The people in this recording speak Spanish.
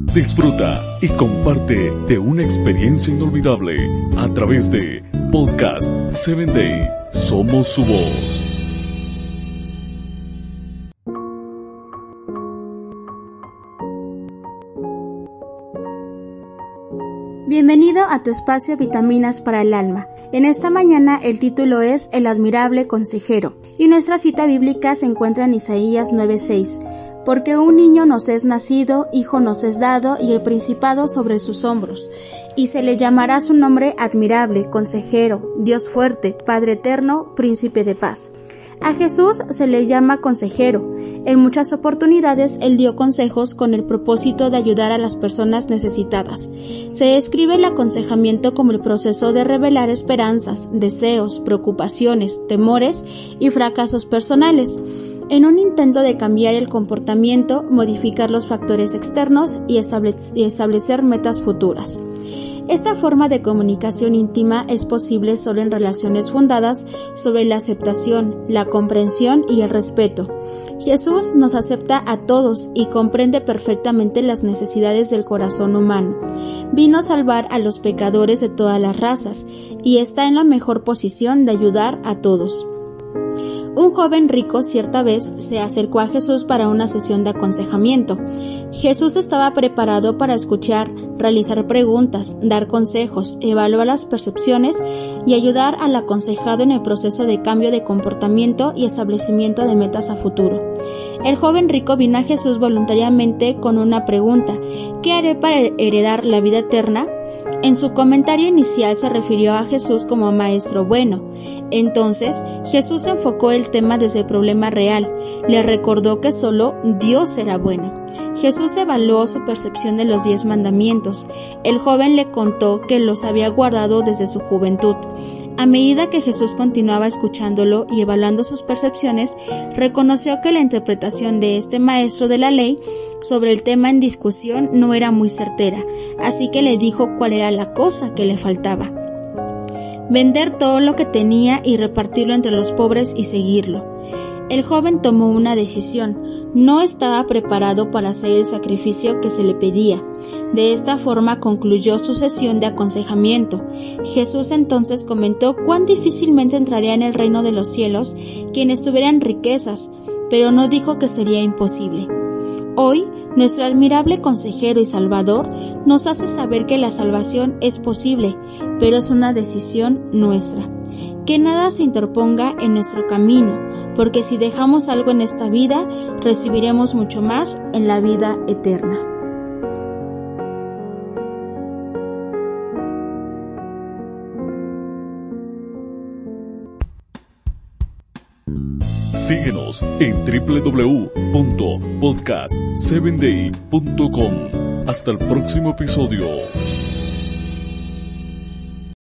disfruta y comparte de una experiencia inolvidable a través de Podcast 7 Day. Somos su voz. Bienvenido a tu espacio Vitaminas para el Alma. En esta mañana el título es El admirable consejero y nuestra cita bíblica se encuentra en Isaías 9:6. Porque un niño nos es nacido, hijo nos es dado y el principado sobre sus hombros. Y se le llamará su nombre admirable, consejero, Dios fuerte, Padre eterno, príncipe de paz. A Jesús se le llama consejero. En muchas oportunidades Él dio consejos con el propósito de ayudar a las personas necesitadas. Se describe el aconsejamiento como el proceso de revelar esperanzas, deseos, preocupaciones, temores y fracasos personales, en un intento de cambiar el comportamiento, modificar los factores externos y establecer metas futuras. Esta forma de comunicación íntima es posible solo en relaciones fundadas sobre la aceptación, la comprensión y el respeto. Jesús nos acepta a todos y comprende perfectamente las necesidades del corazón humano. Vino a salvar a los pecadores de todas las razas y está en la mejor posición de ayudar a todos. Un joven rico cierta vez se acercó a Jesús para una sesión de aconsejamiento. Jesús estaba preparado para escuchar, realizar preguntas, dar consejos, evaluar las percepciones y ayudar al aconsejado en el proceso de cambio de comportamiento y establecimiento de metas a futuro. El joven rico vino a Jesús voluntariamente con una pregunta: ¿qué haré para heredar la vida eterna? En su comentario inicial se refirió a Jesús como maestro bueno. Entonces, Jesús enfocó el tema desde el problema real. Le recordó que solo Dios era bueno. Jesús evaluó su percepción de los 10 mandamientos. El joven le contó que los había guardado desde su juventud. A medida que Jesús continuaba escuchándolo y evaluando sus percepciones, reconoció que la interpretación de este maestro de la ley sobre el tema en discusión no era muy certera, así que le dijo cuál era la cosa que le faltaba: vender todo lo que tenía y repartirlo entre los pobres y seguirlo. El joven tomó una decisión. No estaba preparado para hacer el sacrificio que se le pedía. De esta forma concluyó su sesión de aconsejamiento. Jesús entonces comentó cuán difícilmente entraría en el reino de los cielos quienes tuvieran riquezas, pero no dijo que sería imposible. Hoy, nuestro admirable consejero y salvador nos hace saber que la salvación es posible, pero es una decisión nuestra. Que nada se interponga en nuestro camino, porque si dejamos algo en esta vida, recibiremos mucho más en la vida eterna. Síguenos en www.podcast7day.com. Hasta el próximo episodio.